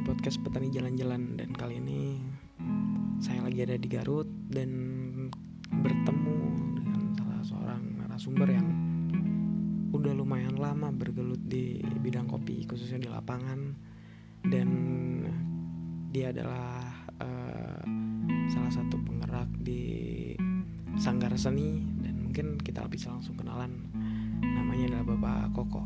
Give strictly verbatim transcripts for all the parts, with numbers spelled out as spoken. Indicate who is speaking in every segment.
Speaker 1: podcast Petani Jalan-Jalan. Dan kali ini saya lagi ada di Garut dan bertemu dengan salah seorang narasumber yang udah lumayan lama bergelut di bidang kopi, khususnya di lapangan. Dan dia adalah uh, salah satu penggerak di Sanggar Seni. Dan mungkin kita bisa langsung kenalan. Namanya adalah Bapak Koko.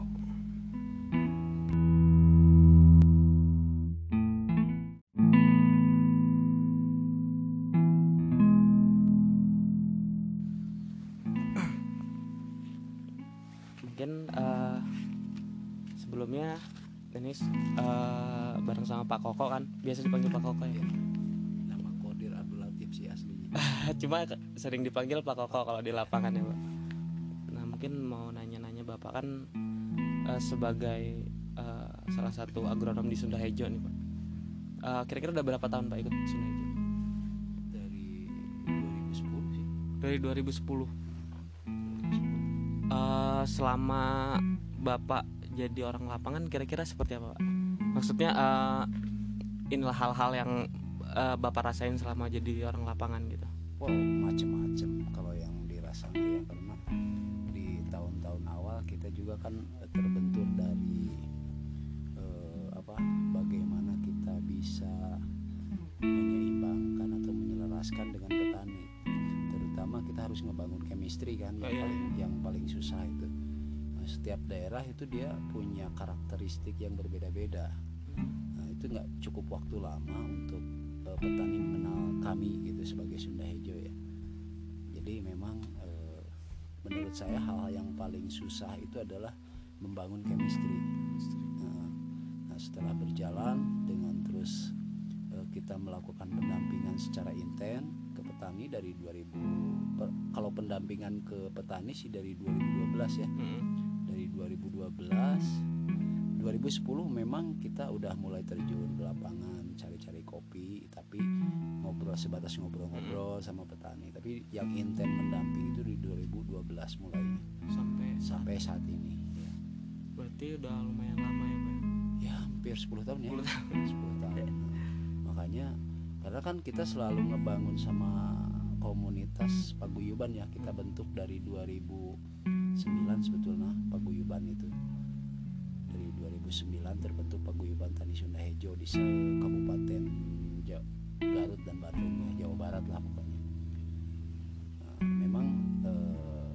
Speaker 1: Mungkin uh, sebelumnya Denis uh, bareng sama Pak Koko kan, biasa dipanggil Pak Koko ya.
Speaker 2: Nama Kodir Abdul Latif sih aslinya.
Speaker 1: Cuma sering dipanggil Pak Koko kalau di lapangan ya Pak. Nah mungkin mau nanya-nanya Bapak kan uh, sebagai uh, salah satu agronom di Sunda Hejo nih Pak. Uh, kira-kira udah berapa tahun Pak ikut Sunda Hejo?
Speaker 2: Dari dua ribu sepuluh sih.
Speaker 1: Dari dua ribu sepuluh. Uh, selama Bapak jadi orang lapangan kira-kira seperti apa Pak? Maksudnya uh, inilah hal-hal yang uh, Bapak rasain selama jadi orang lapangan gitu.
Speaker 2: Wow, macam-macam kalau yang dirasakan ya, karena di tahun-tahun awal kita juga kan terbentur dari uh, apa bagaimana kita bisa menyeimbangkan atau menyelaraskan dengan petani. Terutama kita harus ngebangun chemistry kan, yang
Speaker 1: oh, iya.
Speaker 2: paling yang paling susah itu. Nah, setiap daerah itu dia punya karakteristik yang berbeda-beda. Nah, itu nggak cukup waktu lama untuk uh, petani mengenal kami gitu sebagai Sunda Hejo ya. Jadi memang uh, menurut saya hal-hal yang paling susah itu adalah membangun chemistry. Nah, nah setelah berjalan dengan terus uh, kita melakukan pendampingan secara intens ke petani dari dua ribu per, kalau pendampingan ke petani sih dari dua ribu dua belas ya. Hmm. Dari dua ribu dua belas dua ribu sepuluh memang kita udah mulai terjun ke lapangan cari-cari kopi, tapi ngobrol sebatas ngobrol-ngobrol sama petani. Tapi yang intens mendamping itu di dua ribu dua belas mulai
Speaker 1: sampai
Speaker 2: sampai saat ini ya.
Speaker 1: Berarti udah lumayan lama ya Pak?
Speaker 2: Ya hampir sepuluh tahun ya.
Speaker 1: sepuluh tahun.
Speaker 2: sepuluh tahun. Nah, makanya karena kan kita selalu ngebangun sama komunitas paguyuban ya, kita bentuk dari dua ribu sembilan sebetulnya paguyuban itu. Dari dua ribu sembilan terbentuk paguyuban Tani Sunda Hejo di Kabupaten Garut dan Bandung ya, Jawa Barat lah pokoknya. Nah, memang eh,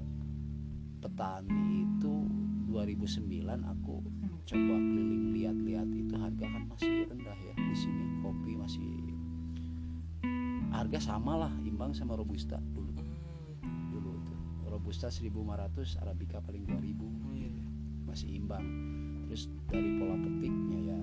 Speaker 2: petani itu dua ribu sembilan aku coba keliling lihat-lihat, itu harga kan masih rendah ya di sini, kopi masih harga sama lah, imbang sama Robusta dulu. Dulu itu Robusta seribu lima ratus, Arabica paling dua ribu, gitu. Masih imbang. Terus dari pola petiknya ya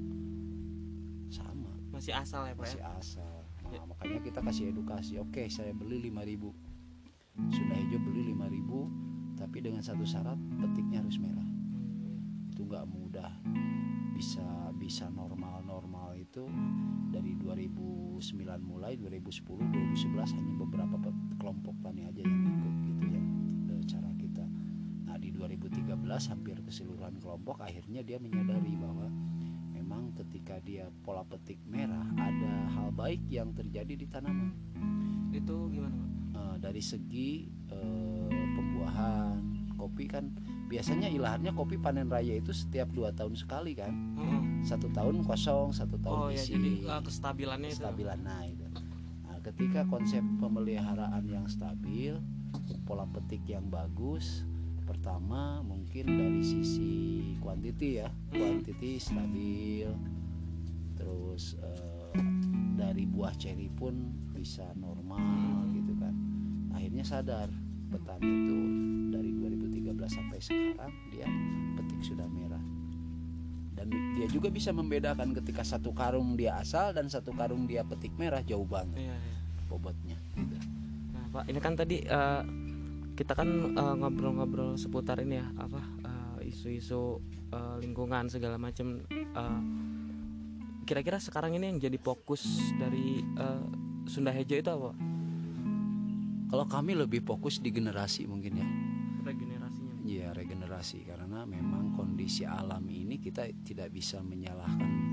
Speaker 2: sama,
Speaker 1: masih asal ya Pak
Speaker 2: masih
Speaker 1: ya?
Speaker 2: asal. Nah, ya. Makanya kita kasih edukasi. Oke, saya beli lima ribu, Sunda Hejo beli lima ribu, tapi dengan satu syarat, petiknya harus merah. hmm. Itu gak mudah. Bisa bisa normal-normal itu dari dua ribu sembilan mulai, dua ribu sepuluh, dua ribu sebelas hanya beberapa kelompok tani aja yang ikut gitu ya, cara kita. Nah di dua ribu tiga belas hampir keseluruhan kelompok akhirnya dia menyadari bahwa memang ketika dia pola petik merah ada hal baik yang terjadi di tanaman.
Speaker 1: Itu gimana Pak?
Speaker 2: Uh, dari segi uh, pembuahan kopi kan biasanya ilaharnya kopi panen raya itu setiap dua tahun sekali kan. hmm. Satu tahun kosong, satu tahun
Speaker 1: oh,
Speaker 2: isi.
Speaker 1: Ya, jadi uh, kestabilannya
Speaker 2: kestabilan
Speaker 1: itu.
Speaker 2: Nah itu. Nah, ketika konsep pemeliharaan yang stabil, pola petik yang bagus, pertama mungkin dari sisi kuantiti ya, kuantiti stabil, terus uh, dari buah ceri pun bisa normal gitu kan. Akhirnya sadar petani itu dari dua ribu tiga belas sampai sekarang dia petik sudah merah, dan dia juga bisa membedakan ketika satu karung dia asal dan satu karung dia petik merah jauh banget.
Speaker 1: Iya, iya.
Speaker 2: Bobotnya gitu.
Speaker 1: Nah Pak, ini kan tadi uh, kita kan uh, ngobrol-ngobrol seputar ini ya, apa uh, isu-isu uh, lingkungan segala macam. Uh, kira-kira sekarang ini yang jadi fokus dari uh, Sunda Hejo itu apa?
Speaker 2: Kalau kami lebih fokus di generasi mungkin ya.
Speaker 1: Regenerasinya.
Speaker 2: Iya regenerasi, karena memang kondisi alam ini kita tidak bisa menyalahkan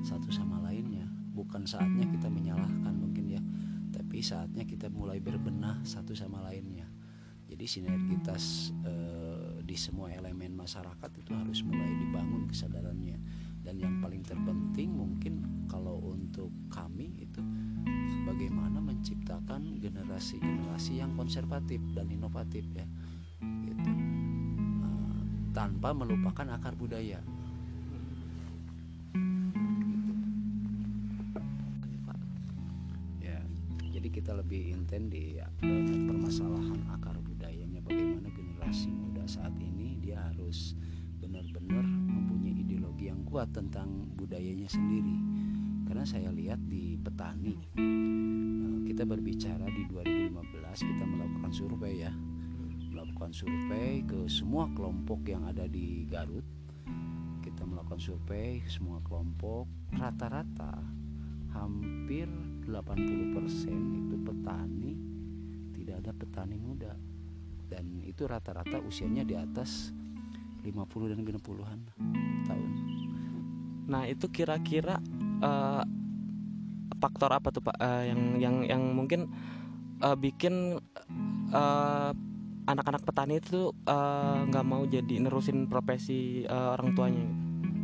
Speaker 2: satu sama lainnya. Bukan saatnya kita menyalahkan mungkin ya, tapi saatnya kita mulai berbenah satu sama lainnya. Jadi sinergitas eh, di semua elemen masyarakat itu harus mulai dibangun kesadarannya. Dan yang paling terpenting mungkin kalau untuk kami itu bagaimana menciptakan generasi-generasi yang konservatif dan inovatif ya, gitu. Uh, tanpa melupakan akar budaya. Ya, jadi kita lebih intens di uh, permasalahan akar budayanya, bagaimana generasi muda saat ini dia harus benar-benar mempunyai ideologi yang kuat tentang budayanya sendiri. Karena saya lihat di petani, kita berbicara di dua ribu lima belas kita melakukan survei ya, melakukan survei ke semua kelompok yang ada di Garut. Kita melakukan survei ke semua kelompok, rata-rata hampir delapan puluh persen itu petani, tidak ada petani muda. Dan itu rata-rata usianya di atas lima puluh dan enam puluhan tahun.
Speaker 1: Nah itu kira-kira uh, faktor apa tuh Pak uh, yang yang yang mungkin uh, bikin uh, anak-anak petani itu nggak uh, mau jadi nerusin profesi uh, orang tuanya gitu?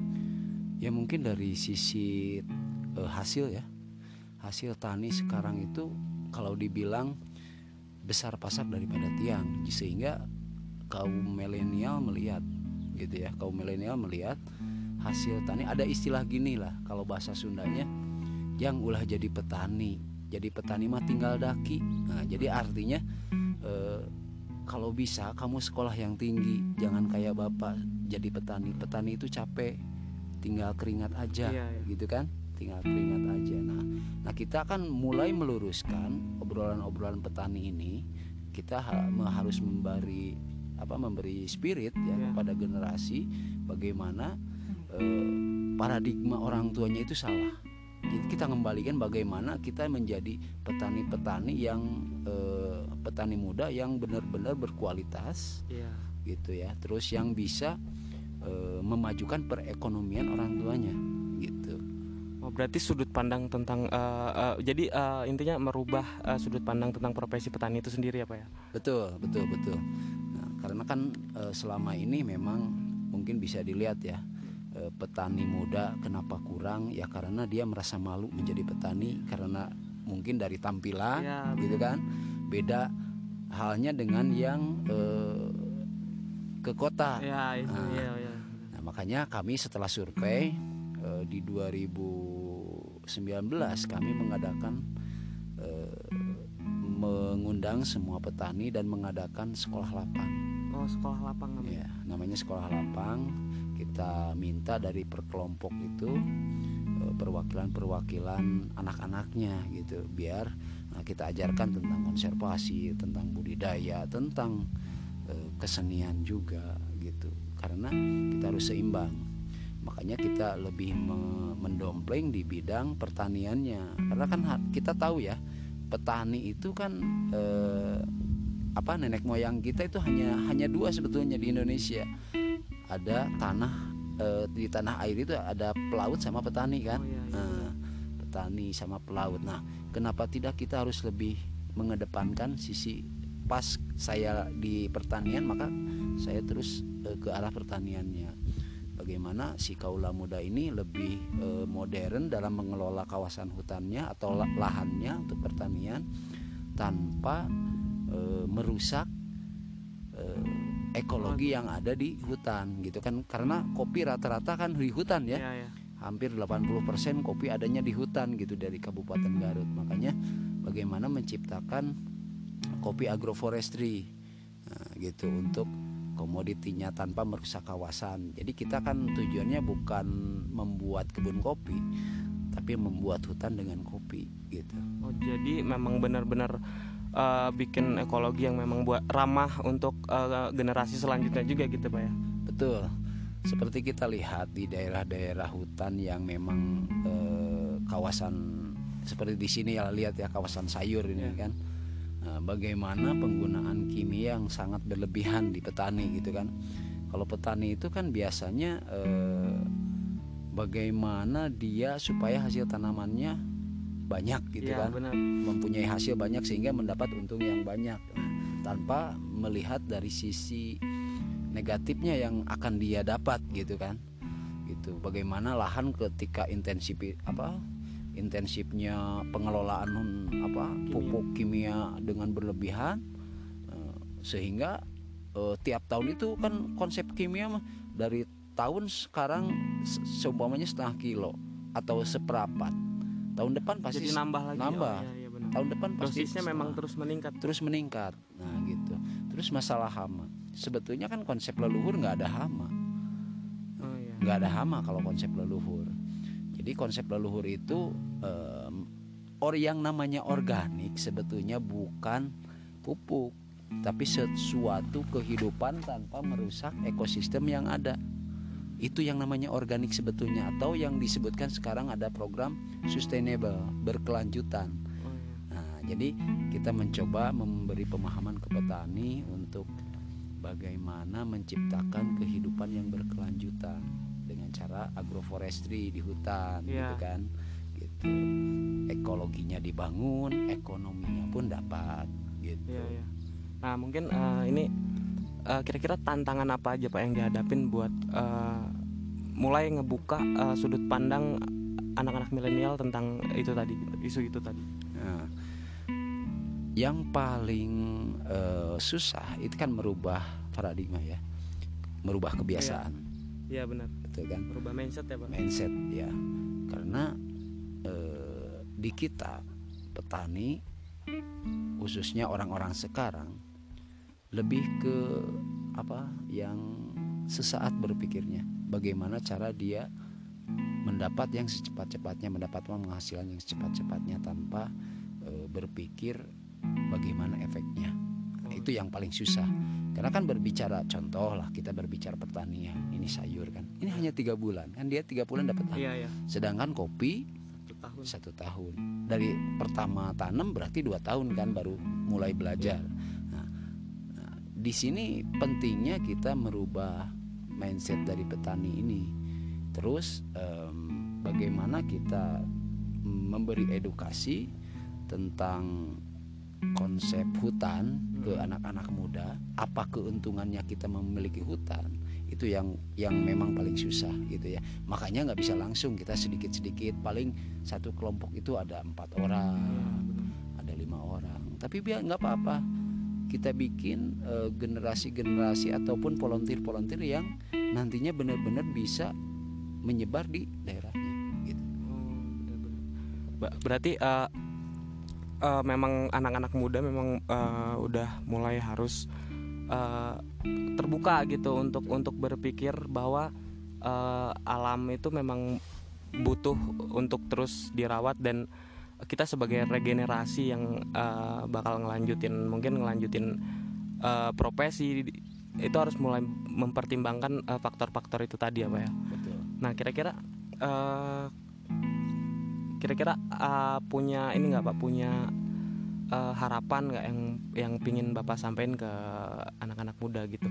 Speaker 2: Ya mungkin dari sisi uh, hasil ya, hasil tani sekarang itu kalau dibilang besar pasak daripada tiang, sehingga kaum milenial melihat gitu ya, kaum milenial melihat hasil tani. Ada istilah gini lah kalau bahasa Sundanya, yang ulah jadi petani, jadi petani mah tinggal daki. Nah jadi artinya eh, kalau bisa kamu sekolah yang tinggi, jangan kayak bapak jadi petani. Petani itu capek, tinggal keringat aja, iya, iya. gitu kan, tinggal keringat aja. Nah, nah kita akan mulai meluruskan obrolan-obrolan petani ini. Kita ha- harus memberi apa memberi spirit ya, yeah. kepada generasi bagaimana eh, paradigma orang tuanya itu salah. Jadi kita kembalikan bagaimana kita menjadi petani-petani yang eh, petani muda yang benar-benar berkualitas, yeah. gitu ya. Terus yang bisa eh, memajukan perekonomian orang tuanya, gitu.
Speaker 1: Oh, berarti sudut pandang tentang uh, uh, jadi uh, intinya merubah uh, sudut pandang tentang profesi petani itu sendiri ya Pak ya?
Speaker 2: Betul, betul, betul. Nah, karena kan uh, selama ini memang mungkin bisa dilihat ya, uh, petani muda kenapa kurang ya, karena dia merasa malu menjadi petani karena mungkin dari tampilan, ya, gitu kan. Beda halnya dengan yang uh, ke kota.
Speaker 1: Ya, itu,
Speaker 2: nah,
Speaker 1: ya, ya.
Speaker 2: nah makanya kami setelah survei uh, di dua ribu sembilan belas kami mengadakan uh, mengundang semua petani dan mengadakan sekolah lapang.
Speaker 1: Oh, sekolah lapang namanya.
Speaker 2: Ya, namanya sekolah lapang. Kita minta dari per kelompok itu uh, perwakilan-perwakilan anak-anaknya gitu, biar uh, kita ajarkan tentang konservasi, tentang budidaya, tentang uh, kesenian juga gitu. Karena kita harus seimbang. Makanya kita lebih me- mendompleng di bidang pertaniannya. Karena kan ha- kita tahu ya, petani itu kan eh, apa nenek moyang kita itu hanya hanya dua sebetulnya di Indonesia. Ada tanah eh, di tanah air itu ada pelaut sama petani kan.
Speaker 1: Oh, iya, iya.
Speaker 2: Nah, petani sama pelaut. Nah, kenapa tidak kita harus lebih mengedepankan sisi, pas saya di pertanian maka saya terus eh, ke arah pertaniannya. Bagaimana si kaula muda ini lebih e, modern dalam mengelola kawasan hutannya atau lahannya untuk pertanian tanpa e, merusak e, ekologi yang ada di hutan gitu kan. Karena kopi rata-rata kan di hutan ya, ya, ya. Hampir delapan puluh persen kopi adanya di hutan gitu dari Kabupaten Garut. Makanya bagaimana menciptakan kopi agroforestry nah, gitu untuk komoditinya tanpa merusak kawasan. Jadi kita kan tujuannya bukan membuat kebun kopi, tapi membuat hutan dengan kopi gitu.
Speaker 1: Oh, jadi memang benar-benar uh, bikin ekologi yang memang buat ramah untuk uh, generasi selanjutnya juga gitu Pak ya.
Speaker 2: Betul. Seperti kita lihat di daerah-daerah hutan yang memang uh, kawasan seperti di sini ya, lihat ya kawasan sayur ini yeah. kan. Nah, bagaimana penggunaan kimia yang sangat berlebihan di petani gitu kan. Kalau petani itu kan biasanya eh, bagaimana dia supaya hasil tanamannya banyak gitu
Speaker 1: ya,
Speaker 2: kan,
Speaker 1: benar.
Speaker 2: mempunyai hasil banyak sehingga mendapat untung yang banyak, nah, tanpa melihat dari sisi negatifnya yang akan dia dapat gitu kan. Gitu. Bagaimana lahan ketika intensif apa intensifnya pengelolaan apa
Speaker 1: Kimia.
Speaker 2: pupuk kimia dengan berlebihan, eh, sehingga eh, tiap tahun itu kan konsep kimia mah dari tahun sekarang se- seumpamanya setengah kilo atau seperempat, tahun depan pasti
Speaker 1: Jadi nambah lagi.
Speaker 2: nambah.
Speaker 1: Oh, iya, iya, benar.
Speaker 2: Tahun depan pasti
Speaker 1: Dosisnya memang
Speaker 2: setengah.
Speaker 1: terus meningkat.
Speaker 2: terus meningkat. Nah gitu. Terus masalah hama, sebetulnya kan konsep leluhur nggak ada hama,
Speaker 1: Oh, iya.
Speaker 2: nggak ada hama kalau konsep leluhur. Jadi konsep leluhur itu um, or yang namanya organik sebetulnya bukan pupuk, tapi sesuatu kehidupan tanpa merusak ekosistem yang ada. Itu yang namanya organik sebetulnya, atau yang disebutkan sekarang ada program sustainable, berkelanjutan.
Speaker 1: Oh, iya.
Speaker 2: Nah, jadi kita mencoba memberi pemahaman ke petani untuk bagaimana menciptakan kehidupan yang berkelanjutan dengan cara agroforestry di hutan,
Speaker 1: Iya.
Speaker 2: gitu kan, gitu. Ekologinya dibangun, ekonominya pun dapat, gitu.
Speaker 1: Iya, iya. Nah mungkin uh, ini uh, kira-kira tantangan apa aja Pak yang dihadapin buat uh, mulai ngebuka uh, sudut pandang anak-anak milenial tentang itu tadi, isu itu tadi.
Speaker 2: Nah, yang paling uh, susah itu kan merubah paradigma ya, merubah kebiasaan.
Speaker 1: Iya, benar.
Speaker 2: Betul kan?
Speaker 1: Merubah mindset ya Pak.
Speaker 2: Mindset ya, karena uh, di kita petani, khususnya orang-orang sekarang, lebih ke apa yang sesaat berpikirnya, bagaimana cara dia mendapat yang secepat-cepatnya, mendapat penghasilan yang secepat-cepatnya tanpa e, berpikir bagaimana efeknya. Nah, itu yang paling susah. Karena kan berbicara, contoh lah kita berbicara pertanian, ini sayur kan, ini hanya tiga bulan kan, dia tiga bulan dapat.
Speaker 1: Iya, iya.
Speaker 2: Sedangkan kopi
Speaker 1: Satu tahun.
Speaker 2: satu tahun. Dari pertama tanam berarti dua tahun kan baru mulai belajar. Nah, nah, di sini pentingnya kita merubah mindset dari petani ini. Terus um, bagaimana kita memberi edukasi tentang konsep hutan ke anak-anak muda, apa keuntungannya kita memiliki hutan, itu yang yang memang paling susah gitu ya. Makanya nggak bisa langsung kita sedikit-sedikit, paling satu kelompok itu ada empat orang, ada lima orang, tapi biar nggak apa-apa, kita bikin e, generasi-generasi ataupun volunteer-volunteer yang nantinya benar-benar bisa menyebar di daerahnya gitu.
Speaker 1: Oh, benar-benar. Ba- berarti uh, uh, memang anak-anak muda memang uh, udah mulai harus uh, terbuka gitu untuk untuk berpikir bahwa uh, alam itu memang butuh untuk terus dirawat, dan kita sebagai regenerasi yang uh, bakal ngelanjutin mungkin ngelanjutin uh, profesi itu harus mulai mempertimbangkan uh, faktor-faktor itu tadi ya Pak ya.
Speaker 2: Betul.
Speaker 1: Nah kira-kira uh, kira-kira uh, punya ini nggak Pak, punya uh, harapan nggak yang yang pingin Bapak sampaikan ke anak-anak muda gitu?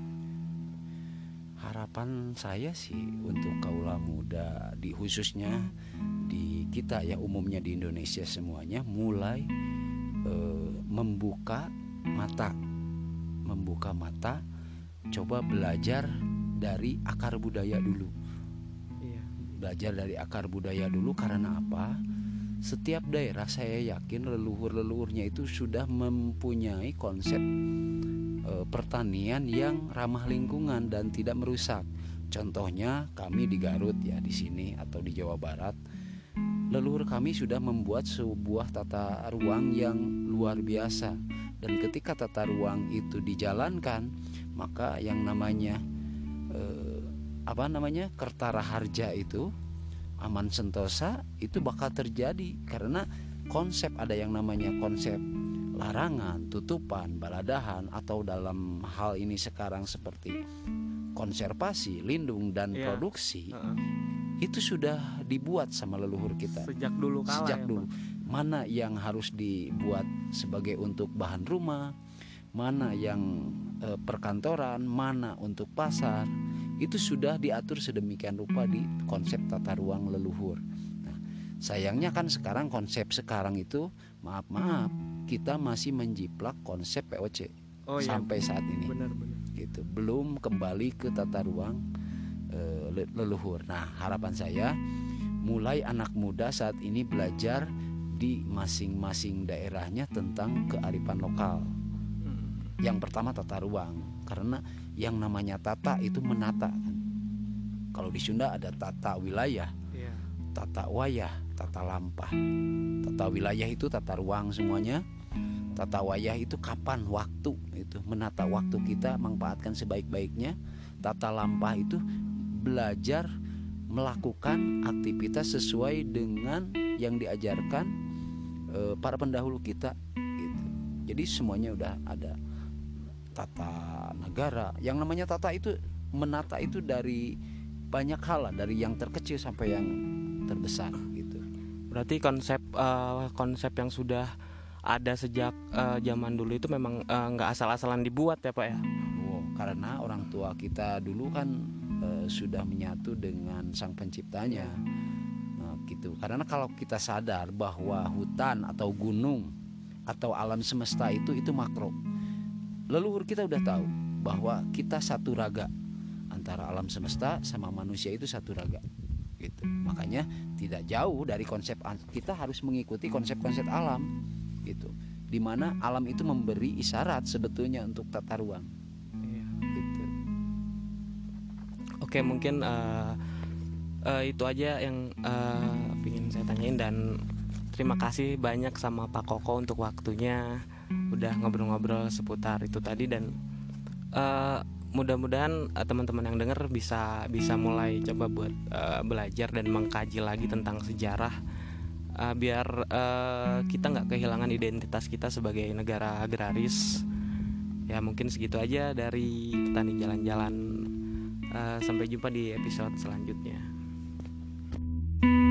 Speaker 2: Harapan saya sih untuk kaula muda, di khususnya di kita ya, umumnya di Indonesia semuanya mulai uh, membuka mata, membuka mata, coba belajar dari akar budaya dulu.
Speaker 1: Iya.
Speaker 2: Belajar dari akar budaya dulu, karena apa? Setiap daerah saya yakin leluhur-leluhurnya itu sudah mempunyai konsep e, pertanian yang ramah lingkungan dan tidak merusak. Contohnya kami di Garut ya, di sini atau di Jawa Barat, leluhur kami sudah membuat sebuah tata ruang yang luar biasa. Dan ketika tata ruang itu dijalankan, maka yang namanya e, apa namanya Kertara Harja itu, aman sentosa itu bakal terjadi, karena konsep ada yang namanya konsep larangan, tutupan, baladahan, atau dalam hal ini sekarang seperti konservasi, lindung dan
Speaker 1: Iya.
Speaker 2: produksi.
Speaker 1: Uh-uh.
Speaker 2: Itu sudah dibuat sama leluhur kita
Speaker 1: Sejak dulu kala
Speaker 2: sejak
Speaker 1: ya,
Speaker 2: dulu.
Speaker 1: Pak?
Speaker 2: Mana yang harus dibuat sebagai untuk bahan rumah, mana yang e, perkantoran, mana untuk pasar, itu sudah diatur sedemikian rupa di konsep tata ruang leluhur. Nah, sayangnya kan sekarang konsep sekarang itu maaf maaf kita masih menjiplak konsep P O C
Speaker 1: Oh,
Speaker 2: sampai
Speaker 1: ya,
Speaker 2: saat ini.
Speaker 1: Benar-benar.
Speaker 2: Gitu, belum kembali ke tata ruang e, leluhur. Nah, harapan saya mulai anak muda saat ini belajar di masing-masing daerahnya tentang kearifan lokal. Yang pertama tata ruang, karena yang namanya tata itu menata kan. Kalau di Sunda ada tata wilayah,
Speaker 1: yeah.
Speaker 2: tata wayah, tata lampah. Tata wilayah itu tata ruang semuanya. Tata wayah itu kapan, waktu, itu menata waktu kita, manfaatkan sebaik-baiknya. Tata lampah itu belajar melakukan aktivitas sesuai dengan yang diajarkan e, para pendahulu kita gitu. Jadi semuanya udah ada. Tata negara, yang namanya tata itu menata itu dari banyak hal lah, dari yang terkecil sampai yang terbesar gitu.
Speaker 1: Berarti konsep uh, konsep yang sudah ada sejak uh, zaman dulu itu memang nggak uh, asal-asalan dibuat ya Pak ya?
Speaker 2: Oh, karena orang tua kita dulu kan uh, sudah menyatu dengan sang penciptanya, nah, gitu. Karena kalau kita sadar bahwa hutan atau gunung atau alam semesta itu itu makro. Leluhur kita udah tahu bahwa kita satu raga, antara alam semesta sama manusia itu satu raga gitu. Makanya tidak jauh dari konsep, kita harus mengikuti konsep-konsep alam gitu, dimana alam itu memberi isyarat sebetulnya untuk tata ruang.
Speaker 1: Iya.
Speaker 2: Gitu.
Speaker 1: Oke, mungkin uh, uh, itu aja yang uh, ingin saya tanyain, dan terima kasih banyak sama Pak Koko untuk waktunya, udah ngobrol-ngobrol seputar itu tadi. Dan uh, mudah-mudahan uh, teman-teman yang dengar bisa bisa mulai coba buat uh, belajar dan mengkaji lagi tentang sejarah, uh, biar uh, kita nggak kehilangan identitas kita sebagai negara agraris. Ya mungkin segitu aja dari Petani Jalan-Jalan. Uh, sampai jumpa di episode selanjutnya.